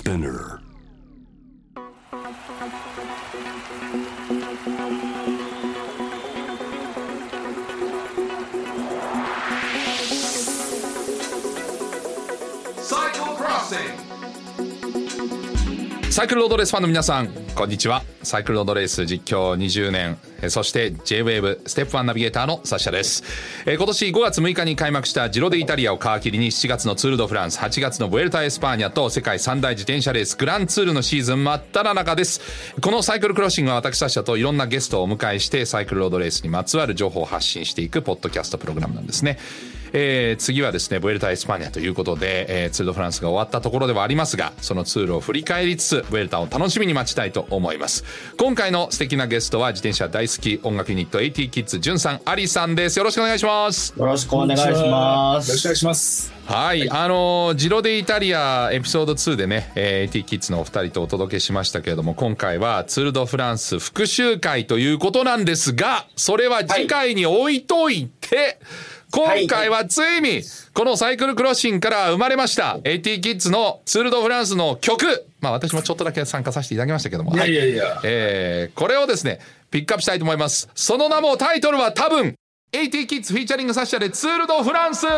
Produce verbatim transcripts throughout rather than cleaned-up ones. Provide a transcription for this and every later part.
Spinner. サイクルロードレースファンの皆さん、こんにちは。サイクルロードレース実況にじゅうねん、そして ジェイウェーブ ステップワンナビゲーターのサッシャです。今年ごがつむいかに開幕したジロデイタリアを皮切りにしちがつのツールドフランス、はちがつのブエルタエスパーニャと世界三大自転車レースグランツールのシーズン真っ只中です。このサイクルクロッシングは私サッシャといろんなゲストをお迎えしてサイクルロードレースにまつわる情報を発信していくポッドキャストプログラムなんですね。えー、次はですねブエルタエスパーニャということで、えー、ツールドフランスが終わったところではありますが、そのツールを振り返りつつブエルタを楽しみに待ちたいと思います。今回の素敵なゲストは自転車大好き音楽ユニット エーティー キッズじゅんさん、アリさんです。よろしくお願いします。 よろしくお願いします。 よろしくお願いします。 はい、はい、あのー、ジロデイタリアエピソードツーでね、えー、エーティー キッズのお二人とお届けしましたけれども、今回はツールドフランス復習会ということなんですが、それは次回に置いといて、はい、今回はついにこのサイクルクロッシングから生まれました エーティー キッズのツールドフランスの曲、まあ私もちょっとだけ参加させていただきましたけども、 いやいやいや、はい、 えー、これをですねピックアップしたいと思います。その名も、タイトルは多分 エーティー キッズフィーチャリングサッシャでツールドフランス。はい、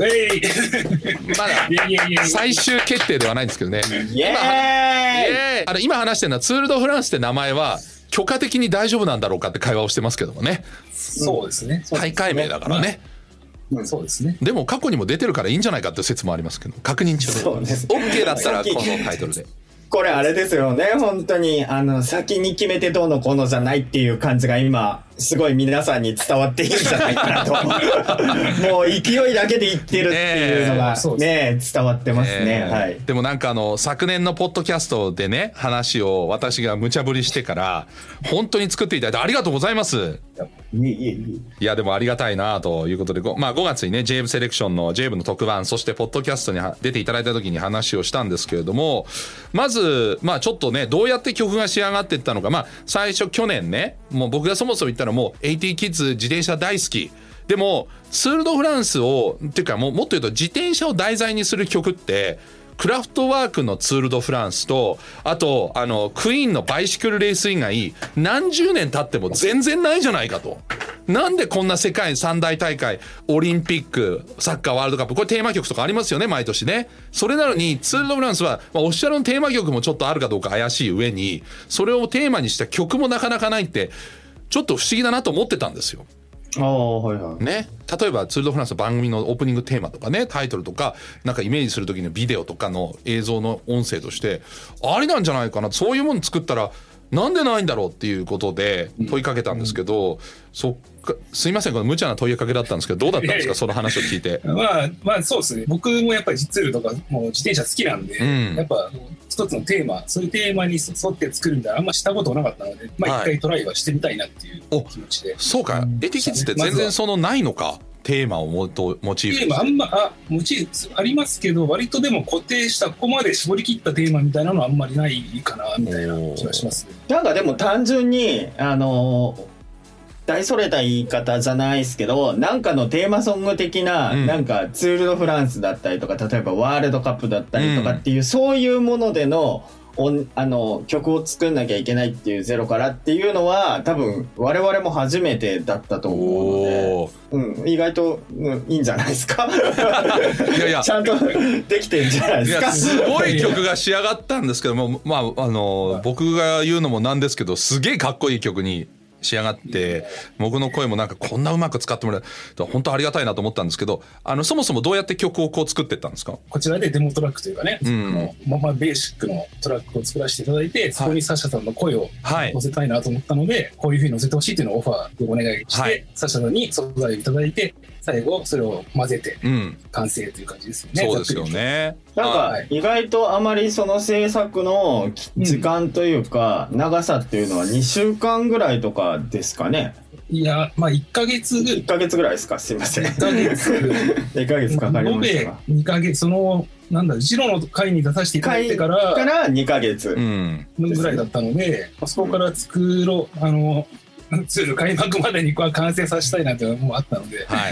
まだ最終決定ではないんですけどね。 イエーイ、 あの今話してるのはツールドフランスって名前は許可的に大丈夫なんだろうかって会話をしてますけどもね。 そうですね、 大会名だからね、 うん、そうですね。 でも過去にも出てるからいいんじゃないかっていう説もありますけど、確認中でそうです OK だったらこのタイトルで。 これあれですよね、本当にあの先に決めてどうのこうのじゃないっていう感じが今すごい皆さんに伝わっていいんじゃないかなともう勢いだけで言ってるっていうのがね、ね伝わってますね、 えー、 はい。 でもなんかあの昨年のポッドキャストでね話を私が無茶ぶりしてから本当に作っていただいてありがとうございます。 いえいえいいやでもありがたいなということで、まあ、ごがつにね ジェイウェーブ セレクションの ジェイウェーブ の特番、そしてポッドキャストに出ていただいた時に話をしたんですけれども、まずまあちょっとねどうやって曲が仕上がっていったのか、まあ最初去年ね、もう僕がそもそも言ったらもう エーティー キッズ自転車大好きでもツールドフランスをっていうかもうもっと言うと自転車を題材にする曲ってクラフトワークのツールドフランスと、あとあのクイーンのバイシクルレース以外何十年経っても全然ないじゃないかと。なんでこんな世界三大大会、オリンピック、サッカーワールドカップ、これテーマ曲とかありますよね毎年ね。それなのにツールドフランスは、まあ、オフィシャルのテーマ曲もちょっとあるかどうか怪しい上に、それをテーマにした曲もなかなかないってちょっと不思議だなと思ってたんですよ。 ああ、はいはい。 ね、例えばツールドフランスの番組のオープニングテーマとかね、タイトルとかなんかイメージする時のビデオとかの映像の音声としてありなんじゃないかな、そういうもの作ったらなんでないんだろうっていうことで問いかけたんですけど、うん、そっか、すいませんこの無茶な問いかけだったんですけど、どうだったんですかその話を聞いて。 まあまあそうですね、僕もやっぱりツールとかもう自転車好きなんで、うん、やっぱ一つのテーマ、そういうテーマに沿って作るみたいなあんましたことなかったので、まあ一回トライはしてみたいなっていう気持ちで、はい、 そうか、エーティー キッズって全然そのないのか、テーマをモチーフにテーマあんまあモチーフありますけど、割とでも固定したここまで絞り切ったテーマみたいなのはあんまりないかなみたいな気がしますね。 なんかでも単純にあの大それた言い方じゃないですけど、なんかのテーマソング的な、うん、なんかツール・ド・フランスだったりとか、例えばワールドカップだったりとかっていう、うん、そういうものでのあの曲を作んなきゃいけないっていうゼロからっていうのは多分我々も初めてだったと思うので、うん、意外と、うん、いいんじゃないですか。いやいやちゃんとできてんじゃないですか。 いやすごい曲が仕上がったんですけども、まああの僕が言うのもなんですけど、すげえかっこいい曲に仕上がって、僕の声もなんかこんなうまく使ってもらう本当ありがたいなと思ったんですけど、あのそもそもどうやって曲をこう作っていったんですか？ こちらでデモトラックというかね、うん、もうまあベーシックのトラックを作らせていただいて、そこにサッシャさんの声を載せたいなと思ったので、はい、こういう風に載せてほしいというのをオファーでお願いして、はい、サッシャさんに素材をいただいて、最後それを混ぜて完成という感じですよね、 うん、そうですよね。 なんか意外とあまりその制作の時間というか長さっていうのはにしゅうかんぐらいとかですかね。 いや、まあいっかげついっかげつぐらいですか。すいません、いっかげついっかげつかかりましたが、 にかげつ、そのなんだジロの会に出させていただいてからからにかげつぐらいだったので、うん、そこから作ろう、あのツール開幕までには完成させたいなというのもあったので、 はい、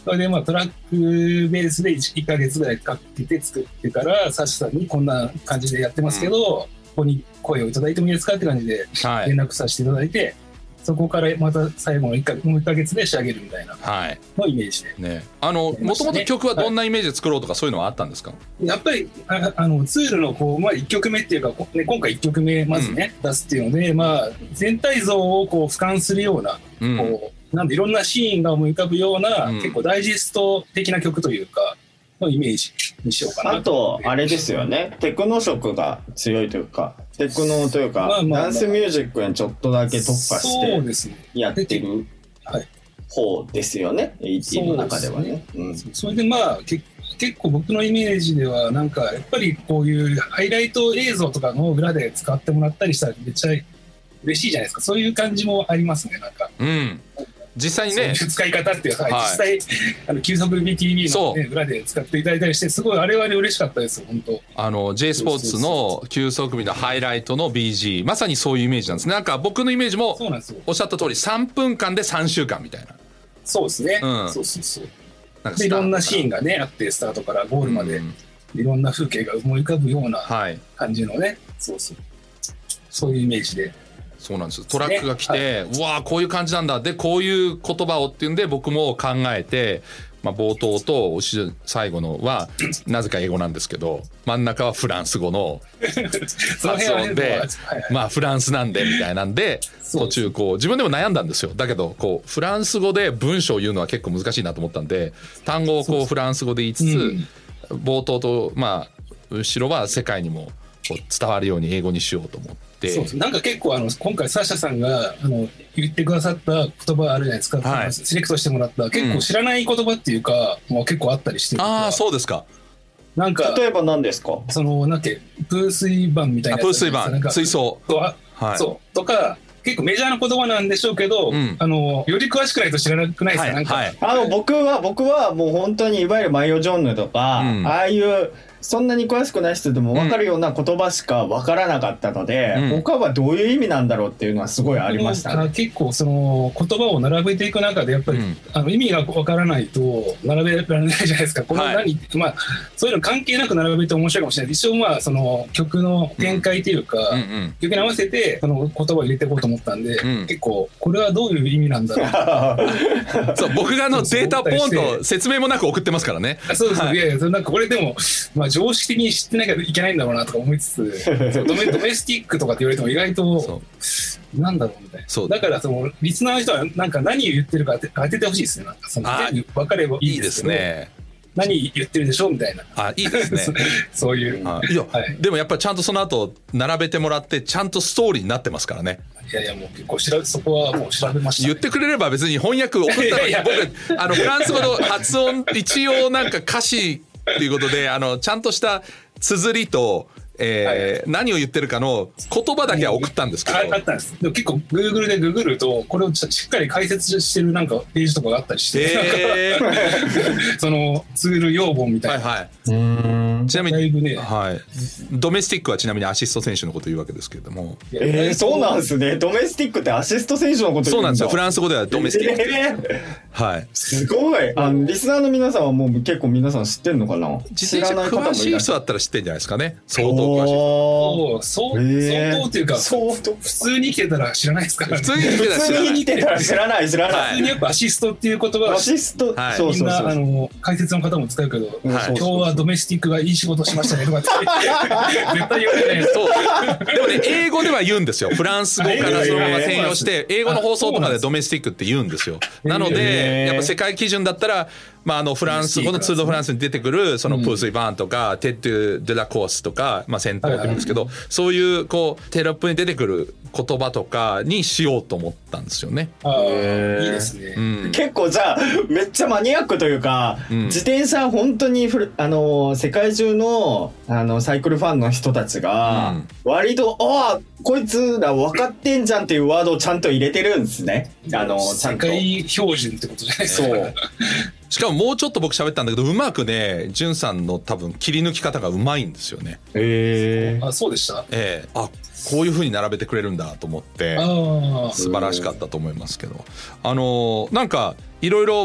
それでまあトラックベースで いっかげつぐらいかけて作ってからサッシャさんにこんな感じでやってますけど、うん、ここに声をいただいてもいいですかって感じで連絡させていただいて、はい、そこからまた最後のいっかもういっかげつで仕上げるみたいなのイメージで、はいね、 あのもともと曲はどんなイメージで作ろうとかそういうのはあったんですか？ やっぱり あ, あのツールのこう、まあ、いっきょくめっていうか、ね、今回いっきょくめまずね、うん、出すっていうので、まあ、全体像をこう俯瞰するような、うん、こうなんでいろんなシーンが思い浮かぶような、うん、結構ダイジェスト的な曲というかのイメージにしようかな。 あとあれですよね、テクノ色が強いというかテクノというか、まあまあまあ、ダンスミュージックにちょっとだけ特化してやってる方ですよね、エイティー の中ではね。 そ, ね、うん、それでまあ結構僕のイメージではなんかやっぱりこういうハイライト映像とかの裏で使ってもらったりしたらめっちゃ嬉しいじゃないですか。そういう感じもありますね。なんか、 うん、実際にね使い方っていうか、はい、実際あの急速 ビーティービー の、ね、裏で使っていただいたりしてすごいあれは嬉しかったですよ本当。 あの J スポーツの急速ビのハイライトの ビージー まさにそういうイメージなんですね。なんか僕のイメージもおっしゃった通りさんぷんかんでさんしゅうかんみたいな。 そうですね、うん、そうそうそう。なんかでいろんなシーンがねあってスタートからゴールまで、うん、いろんな風景が思い浮かぶような感じのね、はい、そうそうそういうイメージで。 そうなんです。トラックが来て、ね、はい、うわーこういう感じなんだでこういう言葉をっていうんで僕も考えて、まあ、冒頭と最後のはなぜか英語なんですけど真ん中はフランス語の発音でまあフランスなんでみたいなんで途中こう自分でも悩んだんですよ。だけどこうフランス語で文章を言うのは結構難しいなと思ったんで単語をこうフランス語で言いつつ冒頭とまあ後ろは世界にもこう伝わるように英語にしようと思って。 そうそうなんか結構あの今回サッシャさんがあの言ってくださった言葉あるじゃないですか、はい、セレクトしてもらった結構知らない言葉っていうか、うん、もう結構あったりしてる。 ああそうですか。 なんか例えば何ですか？ そのなんて風水板みたいなやつ、 風水板水槽と、はい、そうとか結構メジャーな言葉なんでしょうけど、うん、あのより詳しくないと知らなくないですか、はい、なんか、はい、 あの僕は僕はもう本当にいわゆるマイオジョンヌとか、うん、ああいうそんなに詳しくない人でも分かるような言葉しか分からなかったので、うん、他はどういう意味なんだろうっていうのはすごいありましたね。 結構その言葉を並べていく中でやっぱり、うん、あの意味が分からないと並べられないじゃないですか。この何、はい、まあそういうの関係なく並べて面白いかもしれない。一応まあその曲の展開というか、うんうんうん、曲に合わせてその言葉を入れていこうと思ったんで、うん、結構これはどういう意味なんだろうそう僕があのデータポンと説明もなく送ってますからね。 そうです、はい、いやいやなんかこれでもまあ常識的に知ってなきゃいけないんだろうなとか思いつつドメ、ドメスティックとかって言われても意外となんだろうみたいな。そうだからそのリスナーの人はなんか何を言ってるか当て、当ててほしいですね。なんかその全部分かればいいですけど、いいですね。何言ってるでしょみたいな。 あいいですねそういうあいや、はい、でもやっぱりちゃんとその後並べてもらってちゃんとストーリーになってますからね。 いやいやもう結構調べそこはもう調べました、ね、 言ってくれれば別に翻訳送ったのに僕あのフランス語の発音一応なんか歌詞っていうことであのちゃんとした綴りと、えーはい、何を言ってるかの言葉だけは送ったんですけど、 あ, あったんです。でも結構 Google でググるとこれをしっかり解説してるなんかページとかがあったりして、えー、そのツール用本みたいな、はいはい、うーんちなみに、ねはい、ドメスティックはちなみにアシスト選手のことを言うわけですけれども、 えー、そうなんですね。ドメスティックってアシスト選手のことを言うんだ。 そうなんですよ。フランス語ではドメスティック、えー、はい、 すごい。あのリスナーの皆さんはもう結構皆さん知ってんのかな。 自転車詳しい人だったら知ってんじゃないですかね。相当詳しい。 そう相当っていうか相当普通に生きてたら知らないですから、 ね、普通に生きてたら知らない知らない。 普通にやっぱアシストっていう言葉はアシスト、 はい、みんなあの解説の方も使うけど、はい、今日はドメスティックがいい仕事しましたねとかって絶対言われないです。 でもね英語では言うんですよ。フランス語からそのまま転用して英語の放送とかでドメスティックって言うんですよ。なのでやっぱ世界基準だったらまあ、あのフランス語のツール・ド・フランスに出てくるそのプースイバーンとかテッド・デ・ラ・コースとか、まあ、センターって言うんですけど、そういうこうテロップに出てくる言葉とかにしようと思ったんですよね。 あいいですね、 うん、結構じゃあめっちゃマニアックというか、うん、自転車本当にあの世界中のあのサイクルファンの人たちが割と、うん、ああこいつら分かってんじゃんっていうワードをちゃんと入れてるんですね。あのちゃんと世界標準ってことじゃないですか。そうしかももうちょっと僕喋ったんだけどうまくねじゅんさんの多分切り抜き方がうまいんですよね。 へえあそうでした。 ええあこういう風に並べてくれるんだと思って素晴らしかったと思いますけど、あのなんかいろいろ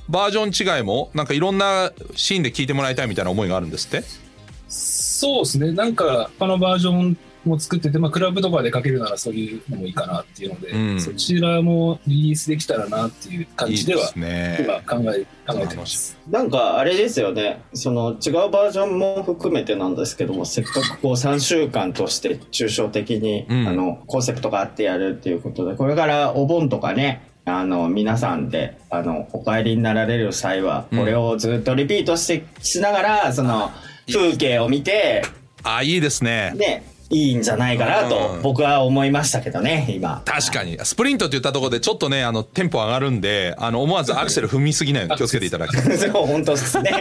バージョン違いもなんかいろんなシーンで聞いてもらいたいみたいな思いがあるんですって。 そうですね。なんか他のバージョンも作ってて、まあ、クラブとかでかけるならそういうのもいいかなっていうので、うん、そちらもリリースできたらなっていう感じでは今考え、考えてます。 なんかあれですよね、その違うバージョンも含めてなんですけども、せっかくこうさんしゅうかんとして抽象的に、うん、あのコンセプトがあってやるっていうことで、これからお盆とかね、あの皆さんであのお帰りになられる際はこれをずっとリピートしてしながら、その風景を見て、 あ、いいですね。 ね、いいんじゃないかなと僕は思いましたけどね、今。 確かにスプリントって言ったところでちょっとね、あのテンポ上がるんで、あの思わずアクセル踏みすぎないように気をつけていただきたい。 そう本当ですね。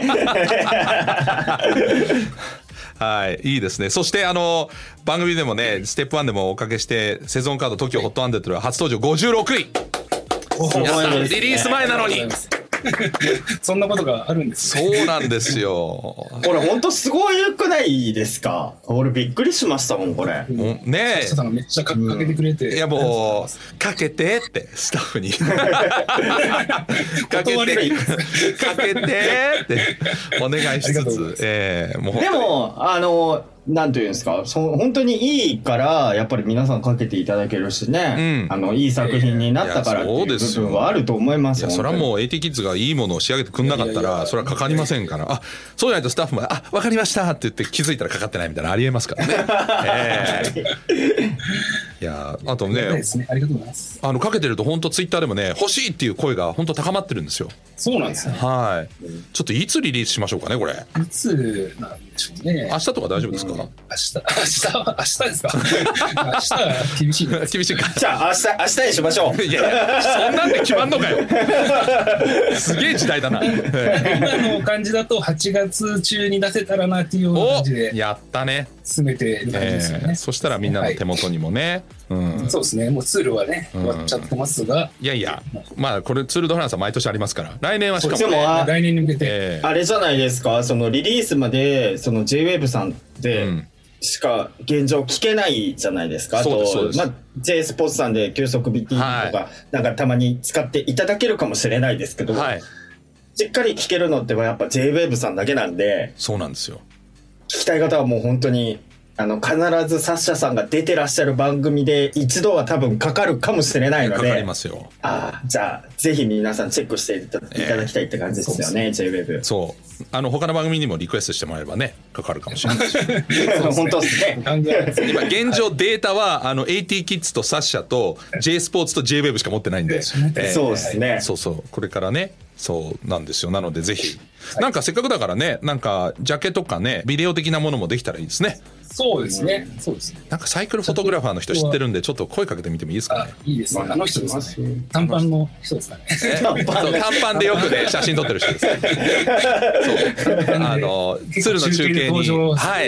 はい、いいですね。そしてあの番組でもね、ステップワンでもおかけしてセゾンカード トキオ ホットハンドレッド初登場ごじゅうろくい。リリース前なのに。 そんなことがあるんですね。そうなんですよ。 これ本当すごいくないですか。俺びっくりしましたもんこれ。 ねえ。 さんめっちゃかけてくれて。 いやもうかけてってスタッフにかけてかけてってお願いしつつ、えー、もうでもあのなんていうんですか、そ本当にいいからやっぱり皆さんかけていただけるしね、うん、あのいい作品になったからっていう部分はあると思いますよ。 いやそれはもう エーティー キッズがいいものを仕上げてくんなかったらそれはかかりませんから。あ、そうじゃないとスタッフもあ、分かりましたって言って気づいたらかかってないみたいなありえますからね。えー、いやあとね、 ありがとうございます。 あのかけてると本当ツイッターでもね、欲しいっていう声が本当高まってるんですよ。 そうなんですね。 はい。ちょっといつリリースしましょうかねこれ。 いつなんでしょうね。 明日とか大丈夫ですか。 うん、明日明日は明日ですか。明日は厳しい厳しいか。 じゃあ明日明日にしましょう。 いやそんなんで決まんのかよ。すげえ時代だな。 今の感じだとはちがつ中に出せたらなっていう感じで。 やったね。 進めてる感じですよね。えー、 そしたらみんなの手元にもね。 はい、うん、そうですね。もうツールはね、終わっちゃってますが。 いやいや、まあこれツールドフランスは毎年ありますから。来年はしかも、ね、 でも来年に向けて、 えー、あれじゃないですか。そのリリースまでその ジェイウェーブ さんで。うんしか現状聞けないじゃないですか。あと、まあ、J スポーツさんで急速 ビーティー とか、はい、なんかたまに使っていただけるかもしれないですけど、はい、しっかり聞けるのってはやっぱ ジェイウェーブ さんだけなんで、 そうなんですよ。 聞きたい方はもう本当にあの必ずサッシャさんが出てらっしゃる番組で一度は多分かかるかもしれないので、 かかりますよ。 ああ、じゃあぜひ皆さんチェックしていただきたいって感じですよね、えー、ジェイウェーブ。 そう。あの他の番組にもリクエストしてもらえればね、かかるかもしれないし。 本当ですね。 今現状データはあの エーティー キッズとサッシャと J スポーツと J ウェーブしか持ってないんで、えー、そうですね。 そうそう、これからね、そうなんですよ。なのでぜひ、はい、なんかせっかくだからね、なんかジャケとかね、ビデオ的なものもできたらいいですね。 そうですね。そうですね。 なんかサイクルフォトグラファーの人知ってるんで、ちょっと声かけてみてもいいですかね。 いいですね。あの人ですね。短パンの人ですかね。 短パンでよくね写真撮ってる人ですね。そう。あの鶴の中継に、はい。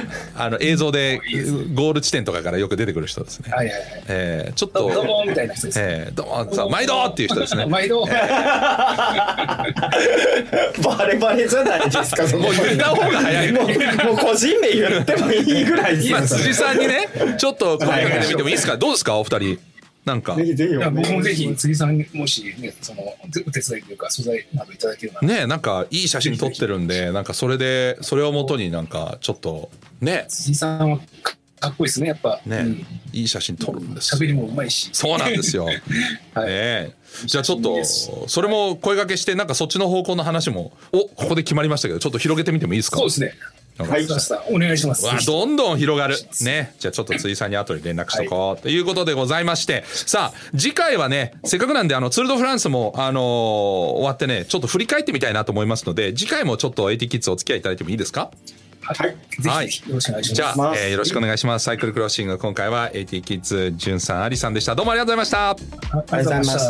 あの映像でゴール地点とかからよく出てくる人ですね。 はいはいはい。 えー、ちょっとどうもみたいな人です。 えー、どうもさ毎度っていう人ですね。 毎度。 バレバレじゃないですか。 もう言った方が早い。 もうもう個人名言ってもいいぐらいです。 今辻さんにねちょっと声かけてみてもいいですか。どうですかお二人。なんかぜひぜひ。 僕もぜひ辻さんにもしねそのお手伝いというか素材などいただけるならね、なんかいい写真撮ってるんで、なんかそれでそれをもとになんかちょっとね辻さんはかっこいいですねやっぱね、うん、いい写真撮るんですよ。 喋りもうまいし。 そうなんですよ。はい、ね、じゃあちょっとそれも声掛けしてなんかそっちの方向の話もおここで決まりましたけどちょっと広げてみてもいいですか。 そうですね。はい、お願いします。 わどんどん広がるね。じゃあちょっと辻さんに後で連絡しとこう、はい、ということでございまして、さあ次回はねせっかくなんであのツール・ド・フランスもあのー、終わってねちょっと振り返ってみたいなと思いますので、次回もちょっと エーティー キッズお付き合いいただいてもいいですか。 はい、はい、ぜひよろしくお願いします。 じゃあ、えー、よろしくお願いします。サイクルクロッシング今回は エーティー キッズじゅんさん、ありさんでした。どうもありがとうございました。 ありがとうございました。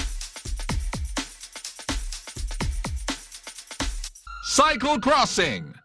Cycle Crossing